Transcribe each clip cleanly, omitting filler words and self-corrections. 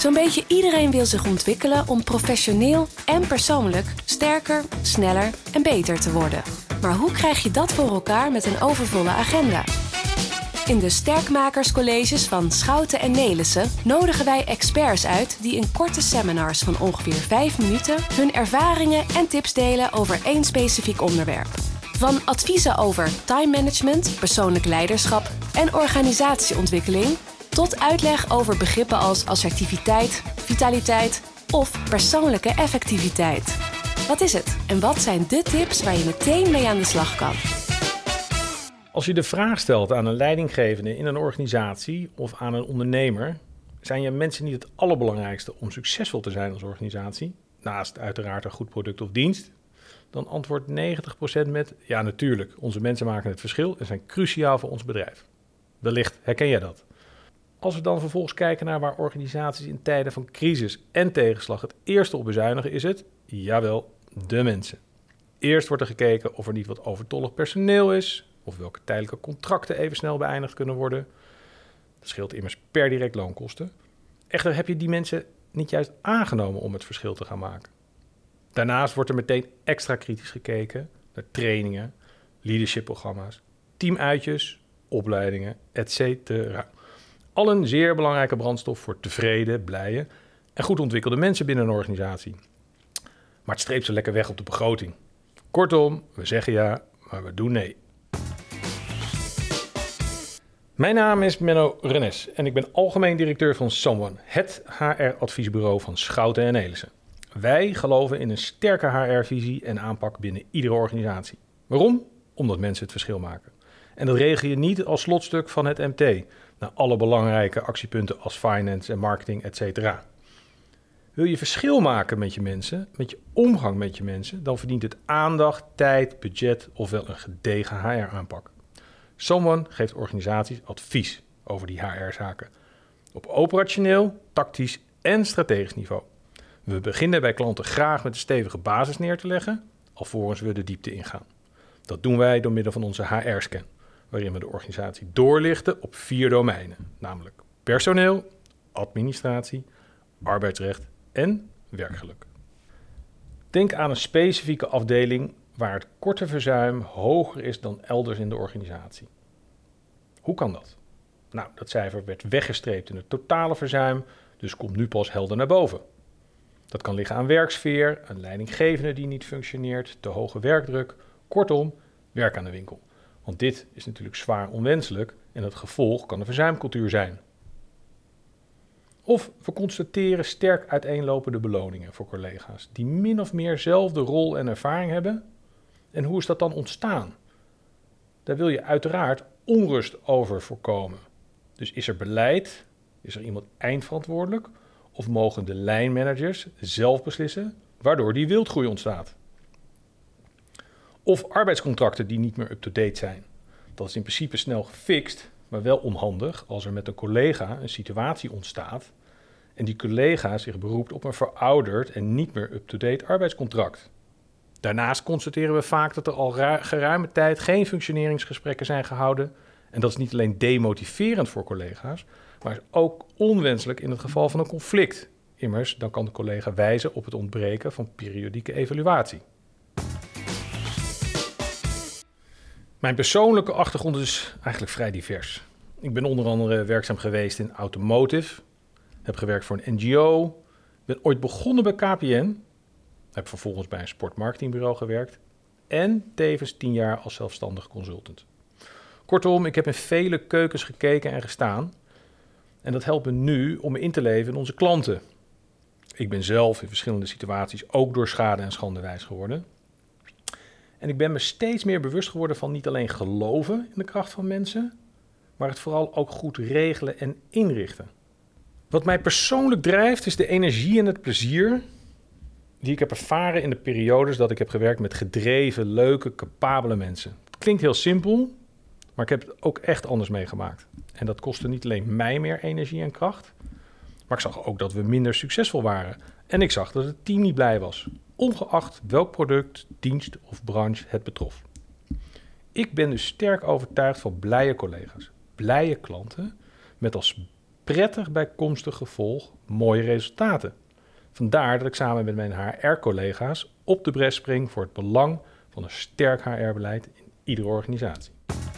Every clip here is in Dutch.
Zo'n beetje iedereen wil zich ontwikkelen om professioneel en persoonlijk sterker, sneller en beter te worden. Maar hoe krijg je dat voor elkaar met een overvolle agenda? In de Sterkmakerscolleges van Schouten en Nelissen nodigen wij experts uit die in korte seminars van ongeveer 5 minuten hun ervaringen en tips delen over één specifiek onderwerp. Van adviezen over time management, persoonlijk leiderschap en organisatieontwikkeling tot uitleg over begrippen als assertiviteit, vitaliteit of persoonlijke effectiviteit. Wat is het en wat zijn de tips waar je meteen mee aan de slag kan? Als je de vraag stelt aan een leidinggevende in een organisatie of aan een ondernemer, zijn je mensen niet het allerbelangrijkste om succesvol te zijn als organisatie, naast uiteraard een goed product of dienst, dan antwoordt 90% met ja natuurlijk, onze mensen maken het verschil en zijn cruciaal voor ons bedrijf. Wellicht herken jij dat. Als we dan vervolgens kijken naar waar organisaties in tijden van crisis en tegenslag het eerste op bezuinigen, is het, jawel, de mensen. Eerst wordt er gekeken of er niet wat overtollig personeel is, of welke tijdelijke contracten even snel beëindigd kunnen worden. Dat scheelt immers per direct loonkosten. Echter heb je die mensen niet juist aangenomen om het verschil te gaan maken. Daarnaast wordt er meteen extra kritisch gekeken naar trainingen, leadershipprogramma's, teamuitjes, opleidingen, etc. Al een zeer belangrijke brandstof voor tevreden, blije en goed ontwikkelde mensen binnen een organisatie. Maar het streept ze lekker weg op de begroting. Kortom, we zeggen ja, maar we doen nee. Mijn naam is Menno Rennes en ik ben algemeen directeur van Someone, het HR-adviesbureau van Schouten en Nelissen. Wij geloven in een sterke HR-visie en aanpak binnen iedere organisatie. Waarom? Omdat mensen het verschil maken. En dat regel je niet als slotstuk van het MT, naar alle belangrijke actiepunten als finance en marketing, etc. Wil je verschil maken met je mensen, met je omgang met je mensen, dan verdient het aandacht, tijd, budget ofwel een gedegen HR-aanpak. Someone geeft organisaties advies over die HR-zaken. Op operationeel, tactisch en strategisch niveau. We beginnen bij klanten graag met een stevige basis neer te leggen, alvorens we de diepte ingaan. Dat doen wij door middel van onze HR-scan, waarin we de organisatie doorlichten op 4 domeinen, namelijk personeel, administratie, arbeidsrecht en werkgeluk. Denk aan een specifieke afdeling waar het korte verzuim hoger is dan elders in de organisatie. Hoe kan dat? Nou, dat cijfer werd weggestreept in het totale verzuim, dus komt nu pas helder naar boven. Dat kan liggen aan werksfeer, een leidinggevende die niet functioneert, te hoge werkdruk, kortom, werk aan de winkel. Want dit is natuurlijk zwaar onwenselijk en het gevolg kan een verzuimcultuur zijn. Of we constateren sterk uiteenlopende beloningen voor collega's die min of meer zelfde rol en ervaring hebben. En hoe is dat dan ontstaan? Daar wil je uiteraard onrust over voorkomen. Dus is er beleid? Is er iemand eindverantwoordelijk? Of mogen de lijnmanagers zelf beslissen, waardoor die wildgroei ontstaat? Of arbeidscontracten die niet meer up-to-date zijn. Dat is in principe snel gefixt, maar wel onhandig als er met een collega een situatie ontstaat en die collega zich beroept op een verouderd en niet meer up-to-date arbeidscontract. Daarnaast constateren we vaak dat er al geruime tijd geen functioneringsgesprekken zijn gehouden. En dat is niet alleen demotiverend voor collega's, maar is ook onwenselijk in het geval van een conflict. Immers, dan kan de collega wijzen op het ontbreken van periodieke evaluatie. Mijn persoonlijke achtergrond is eigenlijk vrij divers. Ik ben onder andere werkzaam geweest in automotive, heb gewerkt voor een NGO, ben ooit begonnen bij KPN, heb vervolgens bij een sportmarketingbureau gewerkt en tevens 10 jaar als zelfstandig consultant. Kortom, ik heb in vele keukens gekeken en gestaan en dat helpt me nu om me in te leven in onze klanten. Ik ben zelf in verschillende situaties ook door schade en schande wijs geworden. En ik ben me steeds meer bewust geworden van niet alleen geloven in de kracht van mensen, maar het vooral ook goed regelen en inrichten. Wat mij persoonlijk drijft is de energie en het plezier die ik heb ervaren in de periodes dat ik heb gewerkt met gedreven, leuke, capabele mensen. Het klinkt heel simpel, maar ik heb het ook echt anders meegemaakt. En dat kostte niet alleen mij meer energie en kracht, maar ik zag ook dat we minder succesvol waren. En ik zag dat het team niet blij was, ongeacht welk product, dienst of branche het betrof. Ik ben dus sterk overtuigd van blije collega's, blije klanten, met als prettig bijkomstig gevolg mooie resultaten. Vandaar dat ik samen met mijn HR-collega's op de bres spring voor het belang van een sterk HR-beleid in iedere organisatie.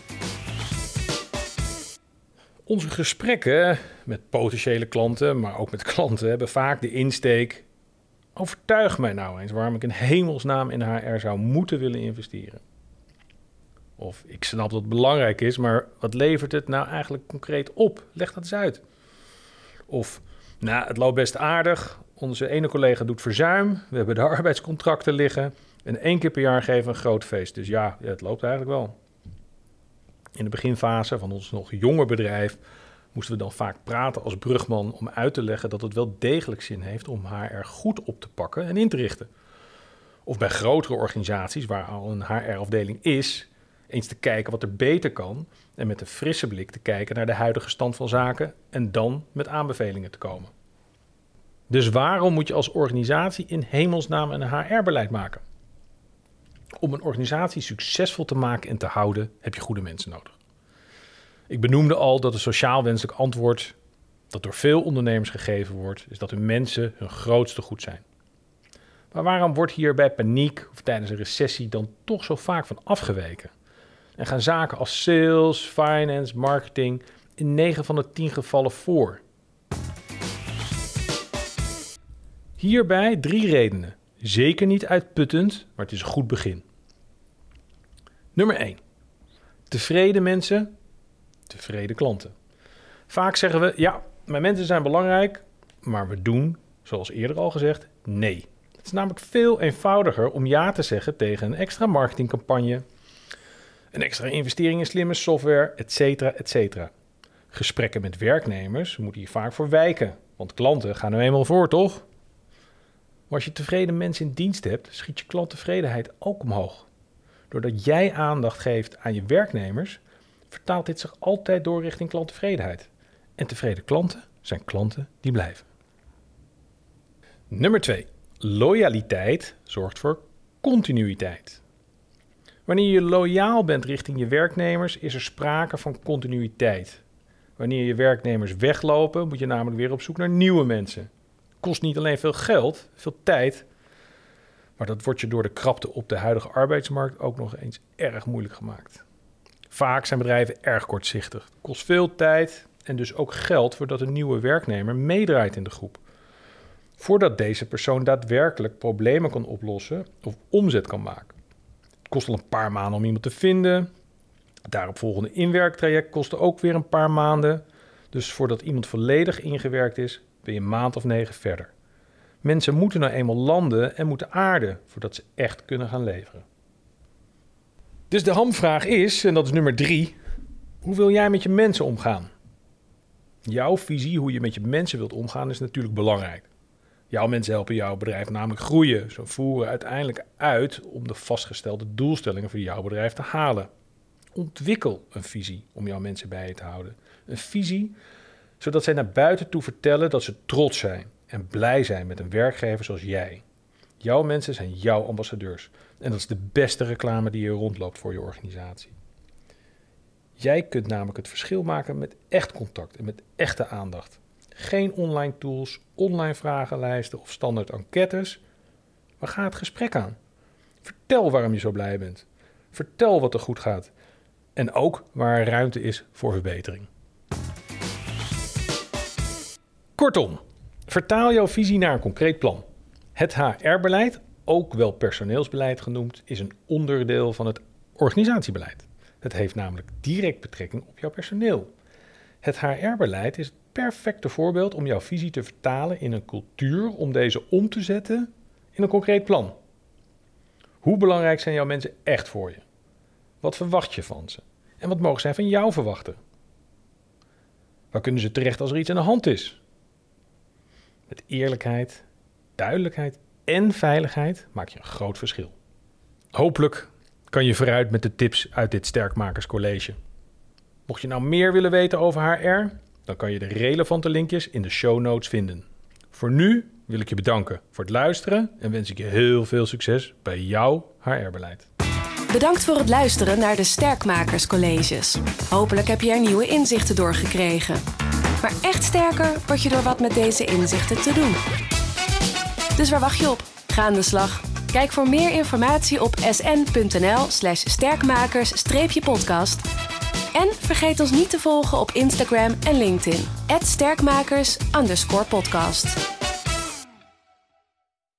Onze gesprekken met potentiële klanten, maar ook met klanten, hebben vaak de insteek: overtuig mij nou eens waarom ik in hemelsnaam in HR zou moeten willen investeren. Of ik snap dat het belangrijk is, maar wat levert het nou eigenlijk concreet op? Leg dat eens uit. Of, nou, het loopt best aardig. Onze ene collega doet verzuim. We hebben de arbeidscontracten liggen. En 1 keer per jaar geven we een groot feest. Dus ja, het loopt eigenlijk wel. In de beginfase van ons nog jonge bedrijf moesten we dan vaak praten als brugman om uit te leggen dat het wel degelijk zin heeft om HR goed op te pakken en in te richten. Of bij grotere organisaties waar al een HR-afdeling is, eens te kijken wat er beter kan en met een frisse blik te kijken naar de huidige stand van zaken en dan met aanbevelingen te komen. Dus waarom moet je als organisatie in hemelsnaam een HR-beleid maken? Om een organisatie succesvol te maken en te houden heb je goede mensen nodig. Ik benoemde al dat een sociaal wenselijk antwoord dat door veel ondernemers gegeven wordt, is dat hun mensen hun grootste goed zijn. Maar waarom wordt hier bij paniek of tijdens een recessie dan toch zo vaak van afgeweken? En gaan zaken als sales, finance, marketing in 9 van de 10 gevallen voor? Hierbij 3 redenen. Zeker niet uitputtend, maar het is een goed begin. Nummer 1. Tevreden mensen, tevreden klanten. Vaak zeggen we, ja, mijn mensen zijn belangrijk, maar we doen, zoals eerder al gezegd, nee. Het is namelijk veel eenvoudiger om ja te zeggen tegen een extra marketingcampagne, een extra investering in slimme software, etc. Gesprekken met werknemers moeten hier vaak voor wijken, want klanten gaan er eenmaal voor, toch? Maar als je tevreden mensen in dienst hebt, schiet je klanttevredenheid ook omhoog. Doordat jij aandacht geeft aan je werknemers, vertaalt dit zich altijd door richting klanttevredenheid. En tevreden klanten zijn klanten die blijven. Nummer 2. Loyaliteit zorgt voor continuïteit. Wanneer je loyaal bent richting je werknemers, is er sprake van continuïteit. Wanneer je werknemers weglopen, moet je namelijk weer op zoek naar nieuwe mensen. Kost niet alleen veel geld, veel tijd, maar dat wordt je door de krapte op de huidige arbeidsmarkt ook nog eens erg moeilijk gemaakt. Vaak zijn bedrijven erg kortzichtig. Het kost veel tijd en dus ook geld voordat een nieuwe werknemer meedraait in de groep. Voordat deze persoon daadwerkelijk problemen kan oplossen of omzet kan maken. Het kost al een paar maanden om iemand te vinden. Het daaropvolgende inwerktraject kostte ook weer een paar maanden. Dus voordat iemand volledig ingewerkt is, ben je een maand of 9 verder. Mensen moeten nou eenmaal landen en moeten aarden voordat ze echt kunnen gaan leveren. Dus de hamvraag is, en dat is nummer 3, hoe wil jij met je mensen omgaan? Jouw visie hoe je met je mensen wilt omgaan is natuurlijk belangrijk. Jouw mensen helpen jouw bedrijf namelijk groeien. Ze voeren uiteindelijk uit om de vastgestelde doelstellingen voor jouw bedrijf te halen. Ontwikkel een visie om jouw mensen bij je te houden. Een visie zodat zij naar buiten toe vertellen dat ze trots zijn en blij zijn met een werkgever zoals jij. Jouw mensen zijn jouw ambassadeurs. En dat is de beste reclame die je rondloopt voor je organisatie. Jij kunt namelijk het verschil maken met echt contact en met echte aandacht. Geen online tools, online vragenlijsten of standaard enquêtes. Maar ga het gesprek aan. Vertel waarom je zo blij bent. Vertel wat er goed gaat. En ook waar er ruimte is voor verbetering. Kortom, vertaal jouw visie naar een concreet plan. Het HR-beleid, ook wel personeelsbeleid genoemd, is een onderdeel van het organisatiebeleid. Het heeft namelijk direct betrekking op jouw personeel. Het HR-beleid is het perfecte voorbeeld om jouw visie te vertalen in een cultuur om deze om te zetten in een concreet plan. Hoe belangrijk zijn jouw mensen echt voor je? Wat verwacht je van ze? En wat mogen zij van jou verwachten? Waar kunnen ze terecht als er iets aan de hand is? Met eerlijkheid, duidelijkheid en veiligheid maak je een groot verschil. Hopelijk kan je vooruit met de tips uit dit Sterkmakerscollege. Mocht je nou meer willen weten over HR, dan kan je de relevante linkjes in de show notes vinden. Voor nu wil ik je bedanken voor het luisteren en wens ik je heel veel succes bij jouw HR-beleid. Bedankt voor het luisteren naar de Sterkmakerscolleges. Hopelijk heb je er nieuwe inzichten door gekregen. Maar echt sterker word je door wat met deze inzichten te doen. Dus waar wacht je op? Ga aan de slag. Kijk voor meer informatie op sn.nl/sterkmakers-podcast. En vergeet ons niet te volgen op Instagram en LinkedIn @sterkmakers_podcast.